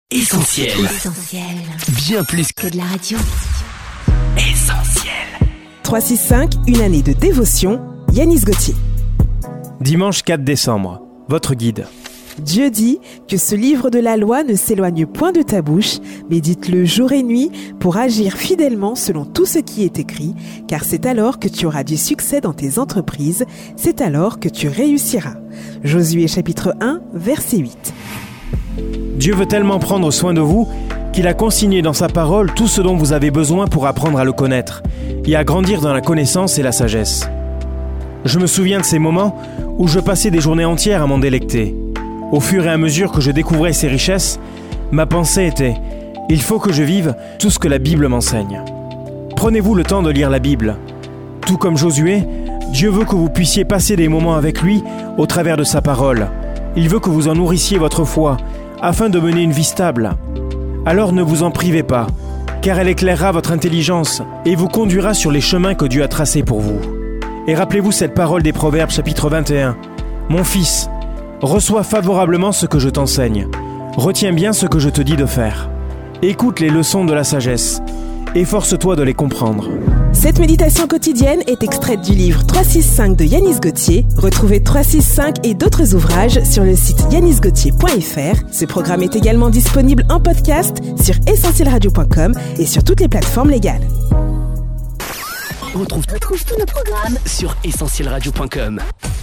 Essentiel. Bien plus que de la radio. Essentiel. 365, une année de dévotion, Yanis Gauthier. Dimanche 4 décembre, votre guide. Dieu dit que ce livre de la loi ne s'éloigne point de ta bouche, médite-le jour et nuit pour agir fidèlement selon tout ce qui est écrit, car c'est alors que tu auras du succès dans tes entreprises, c'est alors que tu réussiras. Josué chapitre 1, verset 8. Dieu veut tellement prendre soin de vous qu'il a consigné dans sa parole tout ce dont vous avez besoin pour apprendre à le connaître et à grandir dans la connaissance et la sagesse. Je me souviens de ces moments où je passais des journées entières à m'en délecter. Au fur et à mesure que je découvrais ces richesses, ma pensée était « Il faut que je vive tout ce que la Bible m'enseigne ». Prenez-vous le temps de lire la Bible. Tout comme Josué, Dieu veut que vous puissiez passer des moments avec lui au travers de sa parole. Il veut que vous en nourrissiez votre foi, afin de mener une vie stable. Alors ne vous en privez pas, car elle éclairera votre intelligence et vous conduira sur les chemins que Dieu a tracés pour vous. Et rappelez-vous cette parole des Proverbes chapitre 21. « Mon fils, reçois favorablement ce que je t'enseigne. Retiens bien ce que je te dis de faire. Écoute les leçons de la sagesse. Efforce-toi de les comprendre. » Cette méditation quotidienne est extraite du livre 365 de Yanis Gauthier. Retrouvez 365 et d'autres ouvrages sur le site yanisgauthier.fr. Ce programme est également disponible en podcast sur essentielradio.com et sur toutes les plateformes légales. Retrouve tous nos programmes sur essentielradio.com.